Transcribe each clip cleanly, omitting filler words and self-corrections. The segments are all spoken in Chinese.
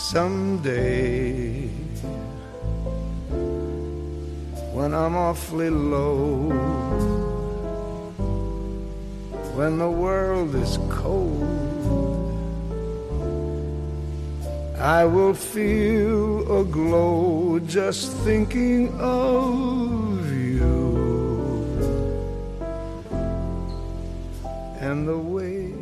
someday when I'm awfully low, when the world is cold, I will feel a glow just thinking of you and the way。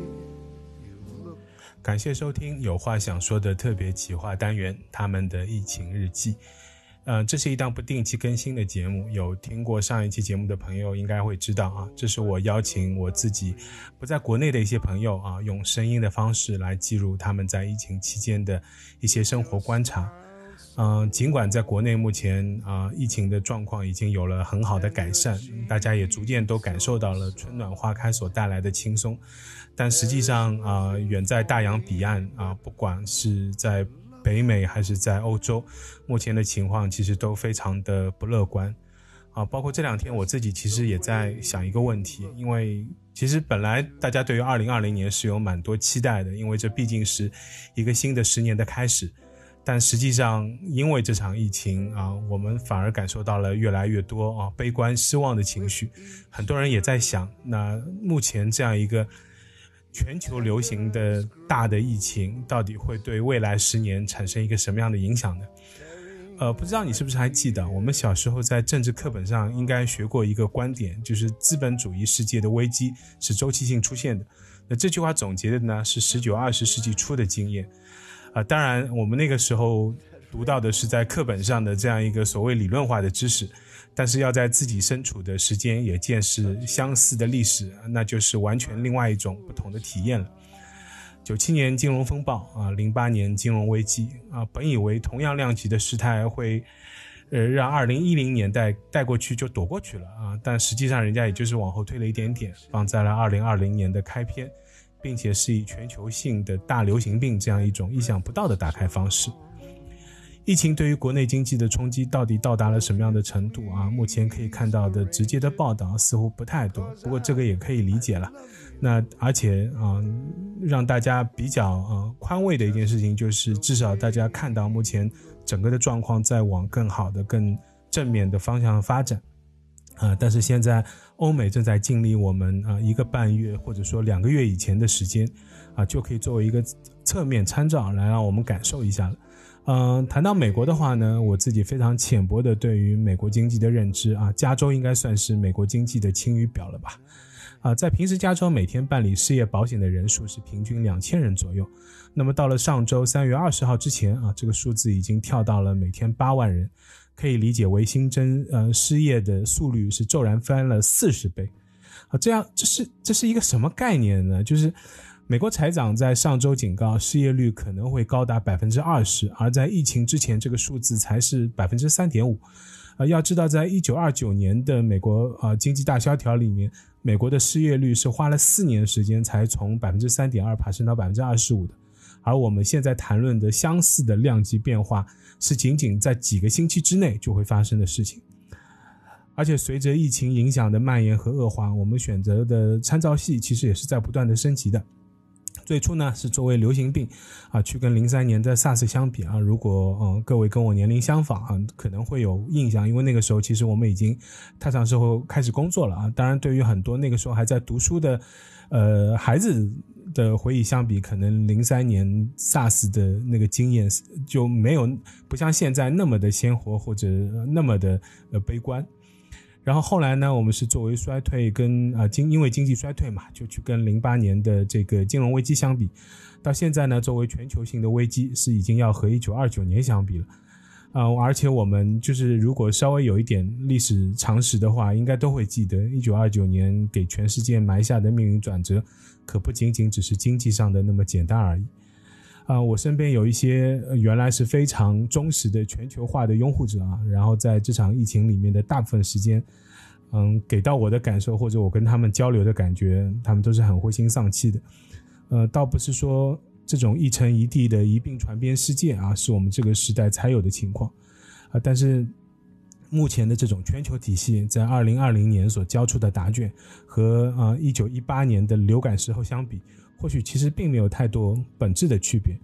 感谢收听有话想说的特别企划单元他们的疫情日记。这是一档不定期更新的节目，有听过上一期节目的朋友应该会知道啊，这是我邀请我自己不在国内的一些朋友啊，用声音的方式来记录他们在疫情期间的一些生活观察。尽管在国内目前疫情的状况已经有了很好的改善，大家也逐渐都感受到了春暖花开所带来的轻松，但实际上远在大洋彼岸不管是在北美还是在欧洲，目前的情况其实都非常的不乐观包括这两天我自己其实也在想一个问题，因为其实本来大家对于2020年是有蛮多期待的，因为这毕竟是一个新的10年的开始，但实际上因为这场疫情我们反而感受到了越来越多悲观失望的情绪。很多人也在想，那目前这样一个全球流行的大的疫情到底会对未来10年产生一个什么样的影响呢？不知道你是不是还记得，我们小时候在政治课本上应该学过一个观点，就是资本主义世界的危机是周期性出现的。那这句话总结的呢是19、20世纪初的经验。当然我们那个时候读到的是在课本上的这样一个所谓理论化的知识，但是要在自己身处的时间也见识相似的历史，那就是完全另外一种不同的体验了。97年金融风暴08年金融危机本以为同样量级的事态会让2010年代带过去就躲过去了但实际上人家也就是往后推了一点点，放在了2020年的开篇，并且是以全球性的大流行病这样一种意想不到的打开方式。疫情对于国内经济的冲击到底到达了什么样的程度目前可以看到的直接的报道似乎不太多，不过这个也可以理解了。那而且让大家比较宽慰的一件事情就是至少大家看到目前整个的状况在往更好的更正面的方向发展但是现在欧美正在经历我们1个半月或者说2个月以前的时间就可以作为一个侧面参照来让我们感受一下了。谈到美国的话呢，我自己非常浅薄的对于美国经济的认知加州应该算是美国经济的晴雨表了吧。在平时加州每天办理失业保险的人数是平均2000人左右，那么到了上周3月20号之前这个数字已经跳到了每天8万人，可以理解为新增失业的速率是骤然翻了40倍这是一个什么概念呢？就是美国财长在上周警告失业率可能会高达 20%， 而在疫情之前这个数字才是 3.5%。要知道在1929年的美国经济大萧条里面，美国的失业率是花了4年时间才从 3.2% 爬升到 25% 的，而我们现在谈论的相似的量级变化是仅仅在几个星期之内就会发生的事情。而且随着疫情影响的蔓延和恶化，我们选择的参照系其实也是在不断的升级的。最初呢是作为流行病去跟03年的 SARS 相比如果各位跟我年龄相仿可能会有印象，因为那个时候其实我们已经踏上社会开始工作了当然对于很多那个时候还在读书的孩子的回忆相比，可能03年 SARS 的那个经验就没有不像现在那么的鲜活或者那么的悲观。然后后来呢，我们是作为衰退跟因为经济衰退嘛，就去跟08年的这个金融危机相比，到现在呢，作为全球性的危机是已经要和1929年相比了。而且我们就是如果稍微有一点历史常识的话，应该都会记得1929年给全世界埋下的命运转折可不仅仅只是经济上的那么简单而已。我身边有一些原来是非常忠实的全球化的拥护者然后在这场疫情里面的大部分时间给到我的感受或者我跟他们交流的感觉，他们都是很灰心丧气的。倒不是说这种一城一地的一并传遍世界是我们这个时代才有的情况但是目前的这种全球体系在2020年所交出的答卷和1918年的流感时候相比，或许其实并没有太多本质的区别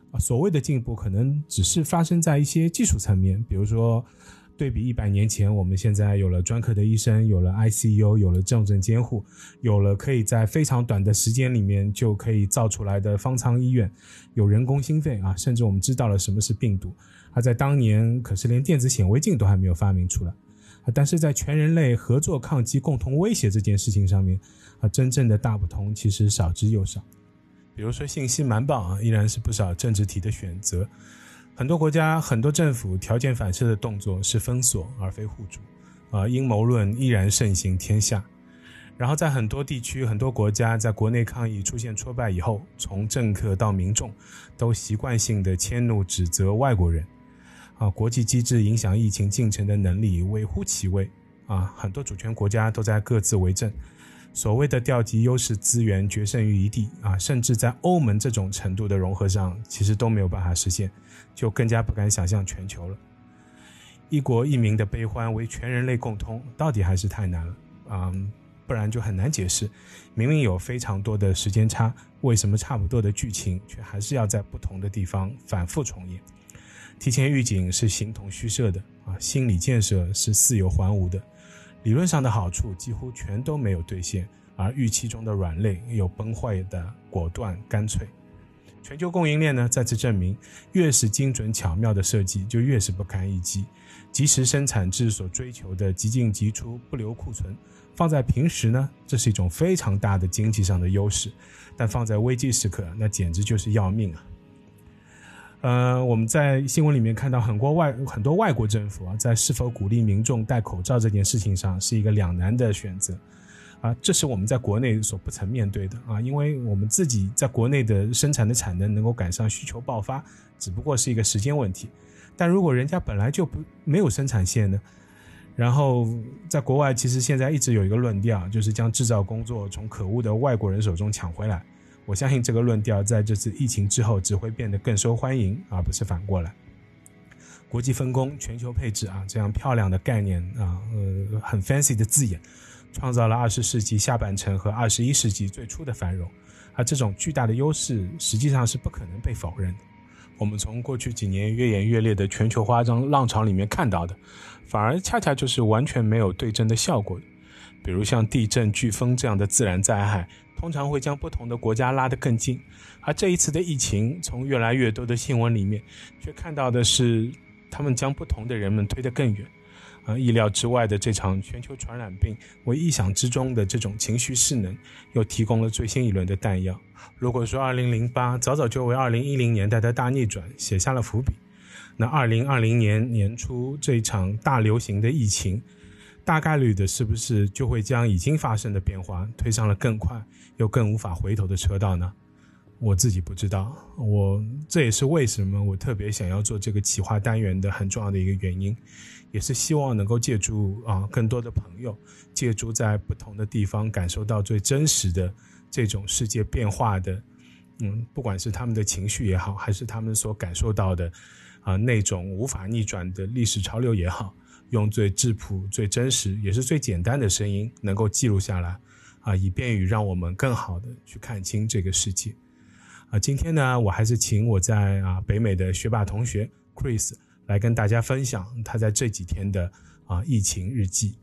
所谓的进步可能只是发生在一些技术层面，比如说对比100年前，我们现在有了专科的医生，有了 ICU， 有了重症监护，有了可以在非常短的时间里面就可以造出来的方舱医院，有人工心肺啊，甚至我们知道了什么是病毒。在当年可是连电子显微镜都还没有发明出来。但是在全人类合作抗击共同威胁这件事情上面真正的大不同其实少之又少。比如说信息瞒报依然是不少政治体的选择。很多国家很多政府条件反射的动作是封锁而非互助阴谋论依然盛行天下。然后在很多地区很多国家在国内抗疫出现挫败以后，从政客到民众都习惯性的迁怒指责外国人国际机制影响疫情进程的能力微乎其微很多主权国家都在各自为政，所谓的调集优势资源决胜于一地甚至在欧盟这种程度的融合上其实都没有办法实现，就更加不敢想象全球了。一国一民的悲欢为全人类共通到底还是太难了不然就很难解释明明有非常多的时间差，为什么差不多的剧情却还是要在不同的地方反复重演。提前预警是形同虚设的心理建设是似有还无的，理论上的好处几乎全都没有兑现，而预期中的软肋又崩坏的果断干脆。全球供应链呢再次证明，越是精准巧妙的设计就越是不堪一击。及时生产制所追求的即进即出不留库存，放在平时呢这是一种非常大的经济上的优势，但放在危机时刻那简直就是要命我们在新闻里面看到很多外国政府在是否鼓励民众戴口罩这件事情上是一个两难的选择这是我们在国内所不曾面对的因为我们自己在国内的生产的产能能够赶上需求爆发只不过是一个时间问题，但如果人家本来就没有生产线呢？然后在国外其实现在一直有一个论调，就是将制造工作从可恶的外国人手中抢回来。我相信这个论调在这次疫情之后只会变得更受欢迎，而不是反过来。国际分工、全球配置这样漂亮的概念很 fancy 的字眼，创造了20世纪下半程和21世纪最初的繁荣。这种巨大的优势实际上是不可能被否认的。我们从过去几年越演越烈的全球化浪潮里面看到的，反而恰恰就是完全没有对症的效果的。比如像地震、飓风这样的自然灾害，通常会将不同的国家拉得更近，而这一次的疫情，从越来越多的新闻里面，却看到的是他们将不同的人们推得更远。意料之外的这场全球传染病，为意想之中的这种情绪势能，又提供了最新一轮的弹药。如果说2008早早就为2010年代的大逆转写下了伏笔，那2020年年初这一场大流行的疫情，大概率的是不是就会将已经发生的变化推上了更快又更无法回头的车道呢？我自己不知道，这也是为什么我特别想要做这个企划单元的很重要的一个原因，也是希望能够借助更多的朋友，借助在不同的地方感受到最真实的这种世界变化的不管是他们的情绪也好，还是他们所感受到的那种无法逆转的历史潮流也好，用最质朴、最真实也是最简单的声音能够记录下来以便于让我们更好的去看清这个世界。今天呢，我还是请我在北美的学霸同学 Chris 来跟大家分享他在这几天的疫情日记。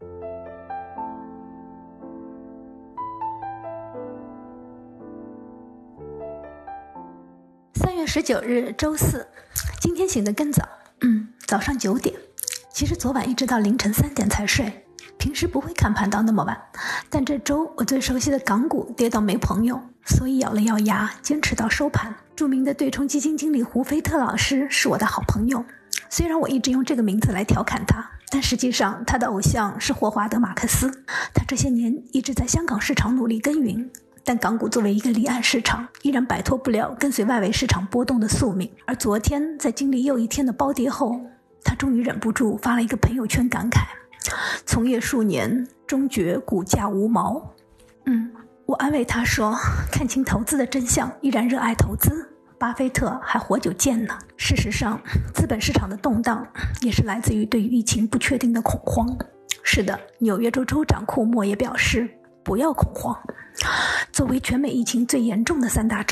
3月19日周四，今天醒得更早，早上9点。其实昨晚一直到凌晨3点才睡，平时不会看盘到那么晚，但这周我最熟悉的港股跌到没朋友，所以咬了咬牙坚持到收盘。著名的对冲基金经理胡菲特老师是我的好朋友，虽然我一直用这个名字来调侃他，但实际上他的偶像是霍华德马克思。他这些年一直在香港市场努力耕耘，但港股作为一个离岸市场，依然摆脱不了跟随外围市场波动的宿命。而昨天在经历又一天的暴跌后，他终于忍不住发了一个朋友圈感慨：从业数年，终觉股价无毛。我安慰他说，看清投资的真相，依然热爱投资，巴菲特还活久见呢。事实上，资本市场的动荡也是来自于对于疫情不确定的恐慌。是的，纽约州州长库莫也表示不要恐慌。作为全美疫情最严重的3大州，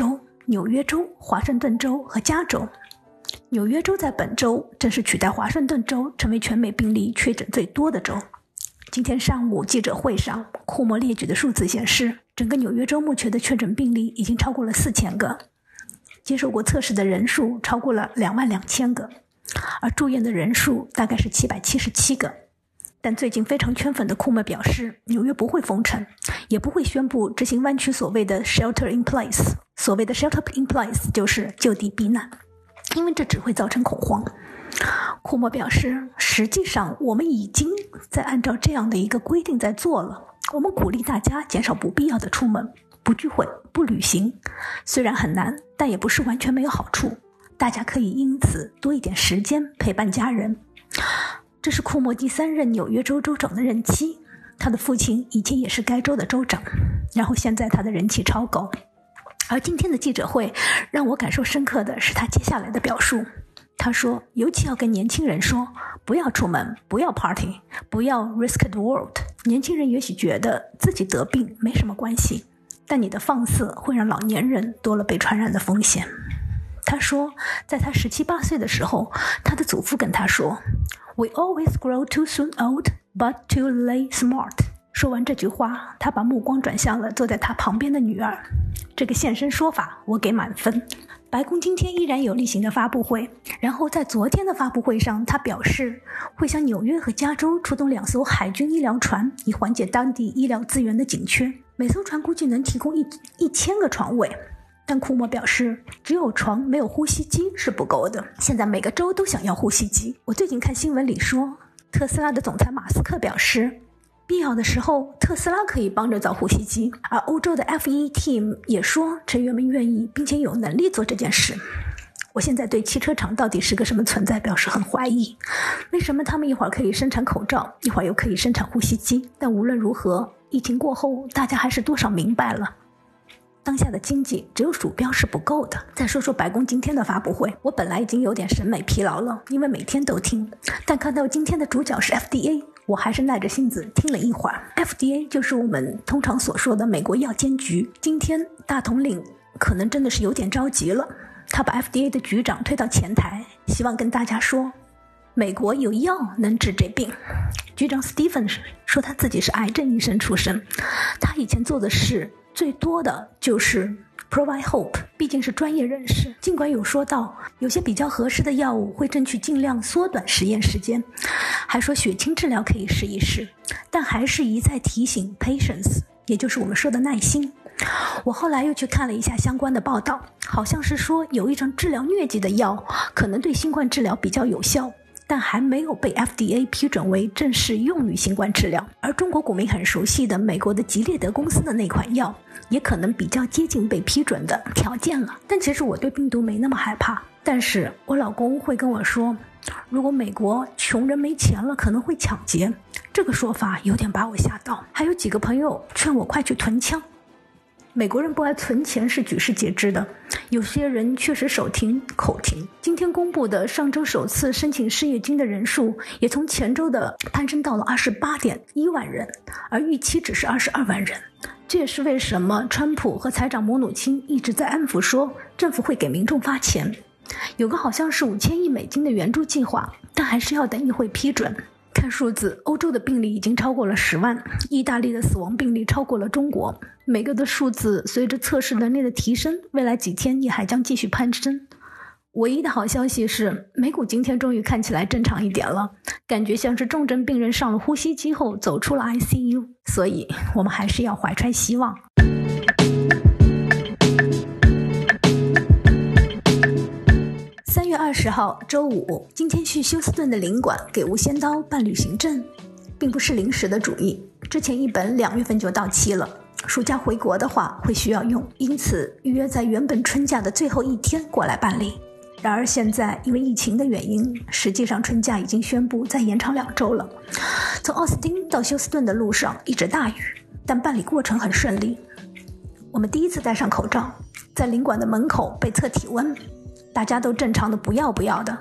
纽约州、华盛顿州和加州。纽约州在本周正式取代华盛顿州成为全美病例确诊最多的州。今天上午记者会上，库莫列举的数字显示，整个纽约州目前的确诊病例已经超过了4000个，接受过测试的人数超过了22000个，而住院的人数大概是777个。但最近非常圈粉的库莫表示，纽约不会封城，也不会宣布执行湾区所谓的 shelter in place。 所谓的 shelter in place 就是就地避难，因为这只会造成恐慌。库莫表示，实际上我们已经在按照这样的一个规定在做了。我们鼓励大家减少不必要的出门，不聚会，不旅行。虽然很难，但也不是完全没有好处。大家可以因此多一点时间陪伴家人。这是库莫第3任纽约州州长的任期，他的父亲以前也是该州的州长，然后现在他的人气超高。而今天的记者会让我感受深刻的是他接下来的表述。他说，尤其要跟年轻人说，不要出门，不要 party， 不要 risk the world。 年轻人也许觉得自己得病没什么关系，但你的放肆会让老年人多了被传染的风险。他说，在他17、18岁的时候，他的祖父跟他说， We always grow too soon old, but too late smart。 说完这句话，他把目光转向了坐在他旁边的女儿。这个现身说法我给满分。白宫今天依然有例行的发布会，然后在昨天的发布会上，他表示会向纽约和加州出动2艘海军医疗船，以缓解当地医疗资源的紧缺。每艘船估计能提供1000个床位，但库莫表示，只有床没有呼吸机是不够的。现在每个州都想要呼吸机。我最近看新闻里说，特斯拉的总裁马斯克表示，必要的时候特斯拉可以帮着造呼吸机，而欧洲的 FE team 也说成员们愿意并且有能力做这件事。我现在对汽车厂到底是个什么存在表示很怀疑，为什么他们一会儿可以生产口罩，一会儿又可以生产呼吸机？但无论如何，疫情过后大家还是多少明白了，当下的经济只有鼠标是不够的。再说说白宫今天的发布会，我本来已经有点审美疲劳了，因为每天都听，但看到今天的主角是 FDA， 我还是耐着性子听了一会儿。 FDA 就是我们通常所说的美国药监局。今天大统领可能真的是有点着急了，他把 FDA 的局长推到前台，希望跟大家说，美国有药能治这病。局长 Stephen 说他自己是癌症医生出身，他以前做的事最多的就是 provide hope， 毕竟是专业人士。尽管有说到有些比较合适的药物会争取尽量缩短实验时间，还说血清治疗可以试一试，但还是一再提醒 patience， 也就是我们说的耐心。我后来又去看了一下相关的报道，好像是说有一种治疗疟疾的药可能对新冠治疗比较有效，但还没有被 FDA 批准为正式用于新冠治疗。而中国股民很熟悉的美国的吉列德公司的那款药也可能比较接近被批准的条件了。但其实我对病毒没那么害怕，但是我老公会跟我说，如果美国穷人没钱了可能会抢劫，这个说法有点把我吓到。还有几个朋友劝我快去囤枪，美国人不爱存钱是举世皆知的，有些人确实手停口停。今天公布的上周首次申请失业金的人数也从前周的攀升到了28.1万人，而预期只是22万人。这也是为什么川普和财长姆努钦一直在安抚说政府会给民众发钱，有个好像是5000亿美金的援助计划，但还是要等议会批准。看数字，欧洲的病例已经超过了10万，意大利的死亡病例超过了中国。每个的数字随着测试能力的提升，未来几天也还将继续攀升。唯一的好消息是，美股今天终于看起来正常一点了，感觉像是重症病人上了呼吸机后走出了 ICU， 所以我们还是要怀揣希望。3月20号周五，今天去休斯顿的领馆给无仙刀办旅行证，并不是临时的主意，之前一本2月份就到期了，暑假回国的话会需要用，因此预约在原本春假的最后一天过来办理。然而现在因为疫情的原因，实际上春假已经宣布再延长2周了。从奥斯汀到休斯顿的路上一直大雨，但办理过程很顺利。我们第一次戴上口罩，在领馆的门口被测体温，大家都正常的不要的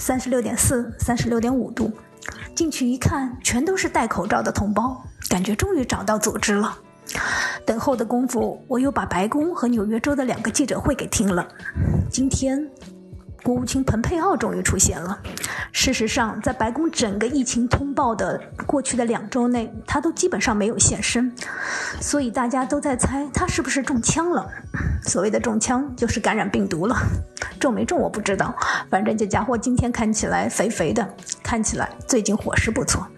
36.4、36.5 度。进去一看，全都是戴口罩的同胞，感觉终于找到组织了。 等候的功夫，我又把白宫和纽约州的2个记者会给听了。今天国务卿蓬佩奥终于出现了。事实上，在白宫整个疫情通报的过去的2周内，他都基本上没有现身，所以大家都在猜他是不是中枪了。所谓的中枪就是感染病毒了，中没中我不知道，反正这家伙今天看起来肥肥的，看起来最近伙食不错。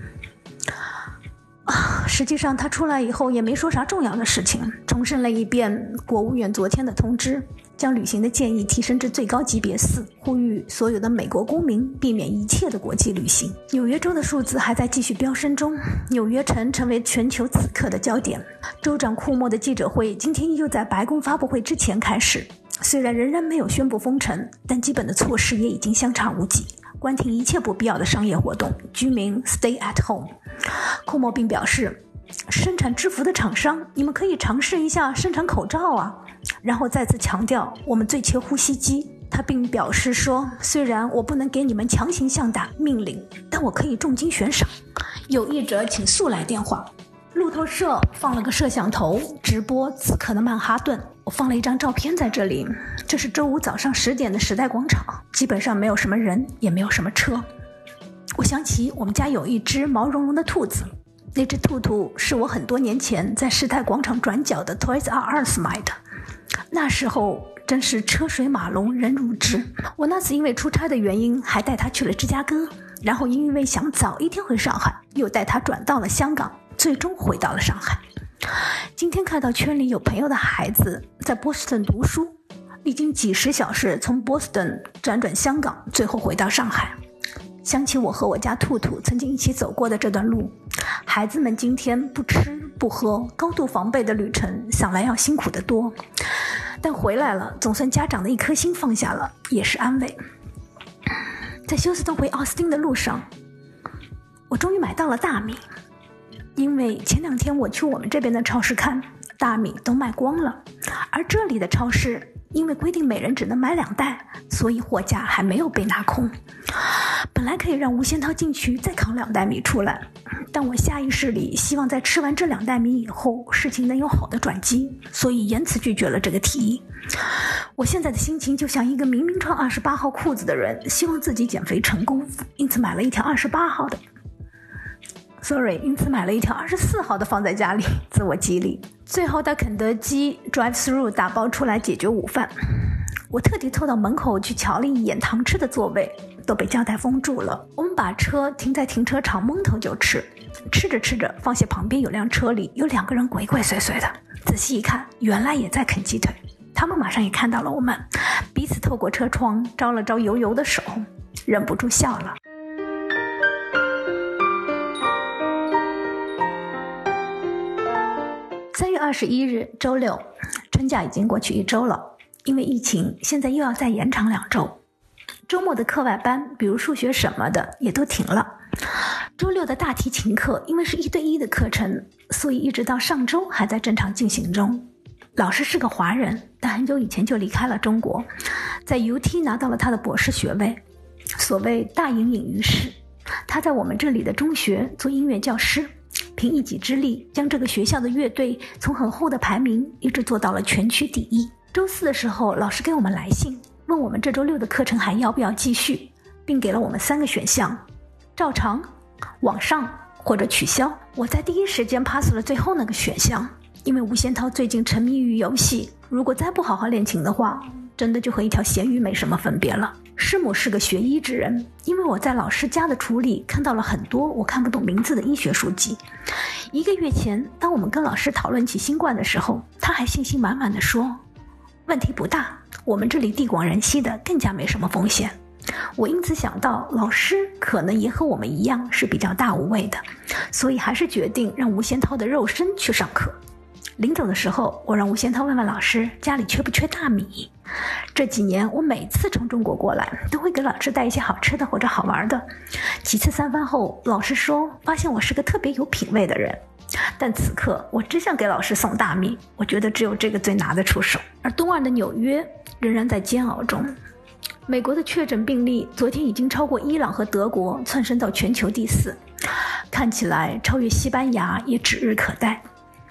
实际上他出来以后也没说啥重要的事情，重申了一遍国务院昨天的通知，将旅行的建议提升至最高级别4，呼吁所有的美国公民避免一切的国际旅行。纽约州的数字还在继续飙升中，纽约城成为全球此刻的焦点。州长库莫的记者会今天依旧在白宫发布会之前开始，虽然仍然没有宣布封城，但基本的措施也已经相差无几，关停一切不必要的商业活动，居民 stay at home。库莫并表示，生产制服的厂商，你们可以尝试一下生产口罩啊，然后再次强调我们最缺呼吸机。他并表示说，虽然我不能给你们强行下达命令，但我可以重金悬赏。有意者请速来电话。路透社放了个摄像头直播此刻的曼哈顿，我放了一张照片在这里。这是周五早上10点的时代广场，基本上没有什么人，也没有什么车。我想起我们家有一只毛茸茸的兔子，那只兔兔是我很多年前在时代广场转角的 Toys R Us 买的，那时候真是车水马龙人如织。我那次因为出差的原因还带它去了芝加哥，然后因为想早一天回上海，又带它转到了香港，最终回到了上海。今天看到圈里有朋友的孩子在波士顿读书，历经几10小时从波士顿辗转香港，最后回到上海。想起我和我家兔兔曾经一起走过的这段路，孩子们今天不吃不喝，高度防备的旅程想来要辛苦得多，但回来了，总算家长的一颗心放下了，也是安慰。在休斯顿回奥斯汀的路上，我终于买到了大米，因为前2天我去我们这边的超市看，大米都卖光了，而这里的超市因为规定每人只能买2袋，所以货架还没有被拿空。本来可以让吴先涛进去再扛2袋米出来，但我下意识里希望在吃完这2袋米以后，事情能有好的转机，所以严词拒绝了这个提议。我现在的心情就像一个明明穿28号裤子的人，希望自己减肥成功，因此买了一条28号的。因此买了一条24号的放在家里，自我激励。最后到肯德基 drive-thru 打包出来解决午饭。我特地凑到门口去瞧了一眼堂吃的座位，都被胶带封住了。我们把车停在停车场，蒙头就吃。吃着吃着，发现旁边有辆车里有2个人鬼鬼祟祟的，仔细一看，原来也在啃鸡腿。他们马上也看到了我们，彼此透过车窗招了招油油的手，忍不住笑了。3月21日周六，春假已经过去1周了，因为疫情现在又要再延长2周。周末的课外班，比如数学什么的也都停了。周六的大提琴课因为是1对1的课程，所以一直到上周还在正常进行中。老师是个华人，但很久以前就离开了中国，在 UT 拿到了他的博士学位，所谓大隐隐于市。他在我们这里的中学做音乐教师，凭一己之力将这个学校的乐队从很后的排名一直做到了全区第1。周4的时候，老师给我们来信，问我们这周6的课程还要不要继续，并给了我们3个选项：照常、网上或者取消。我在第一时间 pass 了最后那个选项，因为吴先涛最近沉迷于游戏，如果再不好好练琴的话，真的就和一条咸鱼没什么分别了。师母是个学医之人，因为我在老师家的处里看到了很多我看不懂名字的医学书籍。1个月前，当我们跟老师讨论起新冠的时候，他还信心满满地说，问题不大，我们这里地广人稀的，更加没什么风险。我因此想到老师可能也和我们一样是比较大无畏的，所以还是决定让吴先涛的肉身去上课。临走的时候，我让吴先涛问问老师家里缺不缺大米。这几年我每次从中国过来都会给老师带一些好吃的或者好玩的，几次3番后，老师说发现我是个特别有品味的人，但此刻我只想给老师送大米，我觉得只有这个最拿得出手。而东岸的纽约仍然在煎熬中，美国的确诊病例昨天已经超过伊朗和德国，窜升到全球第4，看起来超越西班牙也指日可待。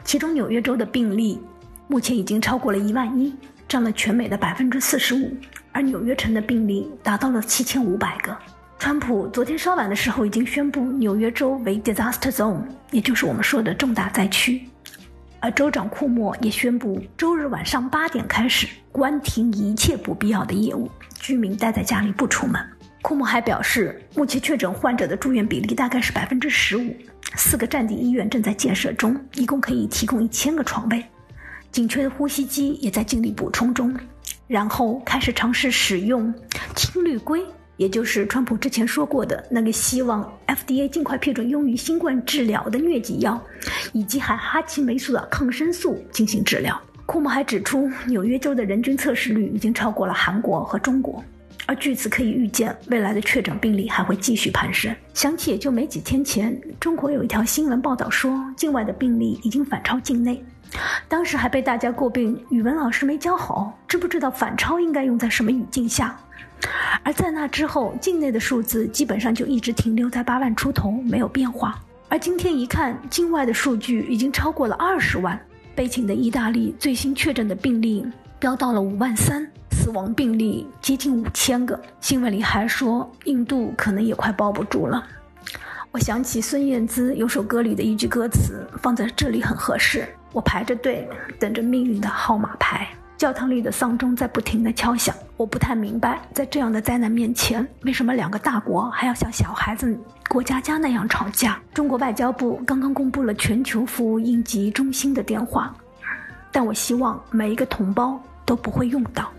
其中纽约州的病例目前已经超过了11000，占了全美的45%，而纽约城的病例达到了7500个。川普昨天稍晚的时候已经宣布纽约州为 disaster zone， 也就是我们说的重大灾区。而州长库莫也宣布周日晚上8点开始关停一切不必要的业务，居民待在家里不出门。库莫还表示，目前确诊患者的住院比例大概是 15%，4个战地医院正在建设中，一共可以提供1000个床位，紧缺的呼吸机也在尽力补充中。然后开始尝试使用青绿硅，也就是川普之前说过的那个希望 FDA 尽快批准用于新冠治疗的疟疾药，以及含哈奇霉素的抗生素进行治疗。库莫还指出，纽约州的人均测试率已经超过了韩国和中国，而据此可以预见，未来的确诊病例还会继续攀升。想起也就没几天前，中国有一条新闻报道说，境外的病例已经反超境内，当时还被大家诟病语文老师没教好，知不知道反超应该用在什么语境下。而在那之后，境内的数字基本上就一直停留在8万出头，没有变化。而今天一看，境外的数据已经超过了20万。悲情的意大利最新确诊的病例飙到了5万3，死亡病例接近5000个。新闻里还说，印度可能也快抱不住了。我想起孙燕姿有首歌里的一句歌词，放在这里很合适：我排着队，等着命运的号码牌。教堂里的丧钟在不停地敲响，我不太明白，在这样的灾难面前，为什么2个大国还要像小孩子过家家那样吵架？中国外交部刚刚公布了全球服务应急中心的电话，但我希望每一个同胞都不会用到。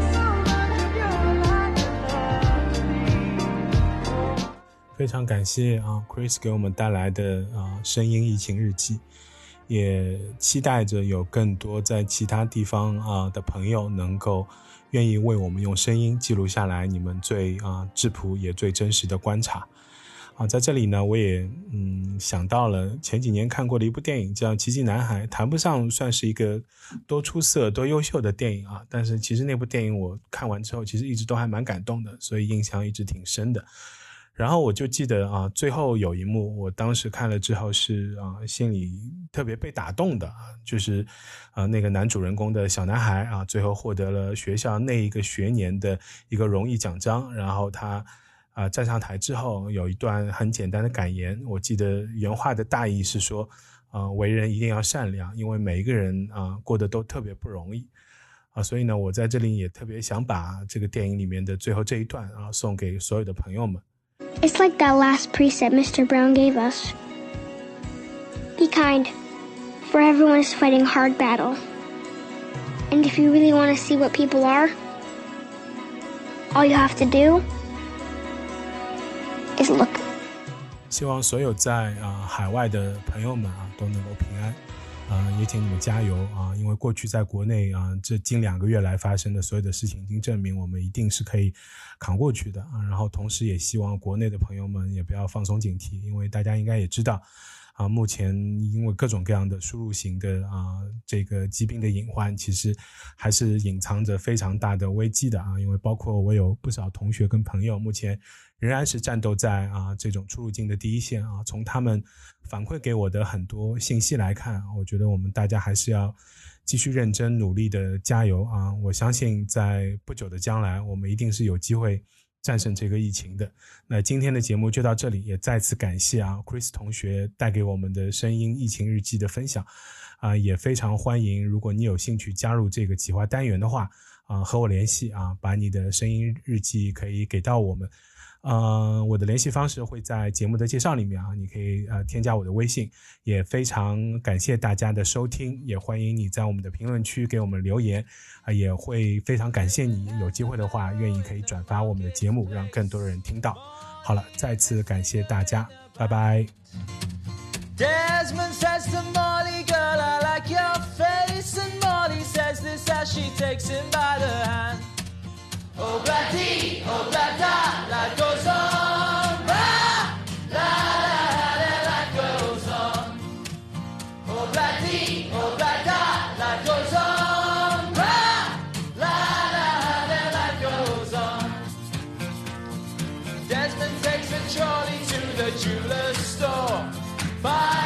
非常感谢Chris 给我们带来的声音疫情日记，也期待着有更多在其他地方的朋友能够愿意为我们用声音记录下来你们最质朴也最真实的观察。在这里呢，我也想到了前几年看过的一部电影叫《奇迹男孩》，谈不上算是一个多出色多优秀的电影但是其实那部电影我看完之后其实一直都还蛮感动的，所以印象一直挺深的。然后我就记得最后有一幕我当时看了之后是心里特别被打动的就是那个男主人公的小男孩最后获得了学校那一个学年的一个荣誉奖章，然后他站上台之后有一段很简单的感言，我记得原话的大意是说为人一定要善良，因为每一个人过得都特别不容易所以呢我在这里也特别想把这个电影里面的最后这一段送给所有的朋友们。 It's like that last precept Mr. Brown gave us. Be kind, for everyone is fighting a hard battle. And if you really want to see what people are, all you have to do is look. 希望所有在海外的朋友们都能够平安。也请你们加油因为过去在国内这近2个月来发生的所有的事情已经证明我们一定是可以扛过去的然后同时也希望国内的朋友们也不要放松警惕，因为大家应该也知道目前因为各种各样的输入型的这个疾病的隐患，其实还是隐藏着非常大的危机的因为包括我有不少同学跟朋友目前仍然是战斗在这种出入境的第一线从他们反馈给我的很多信息来看，我觉得我们大家还是要继续认真努力的加油我相信在不久的将来我们一定是有机会战胜这个疫情的。那今天的节目就到这里，也再次感谢Chris 同学带给我们的声音疫情日记的分享也非常欢迎如果你有兴趣加入这个企划单元的话和我联系把你的声音日记可以给到我们我的联系方式会在节目的介绍里面你可以添加我的微信。也非常感谢大家的收听，也欢迎你在我们的评论区给我们留言也会非常感谢你有机会的话愿意可以转发我们的节目，让更多人听到。好了，再次感谢大家，拜拜。 Desmond says to Molly, girl, I like your face. And Molly says this as she takes him by the hand. Oblati, oblata, life goes on. La, la, la, life goes on. Oblati, oblata, life goes on. La, la, la, life goes on. Desmond takes a trolley to the jeweler's store. Bye.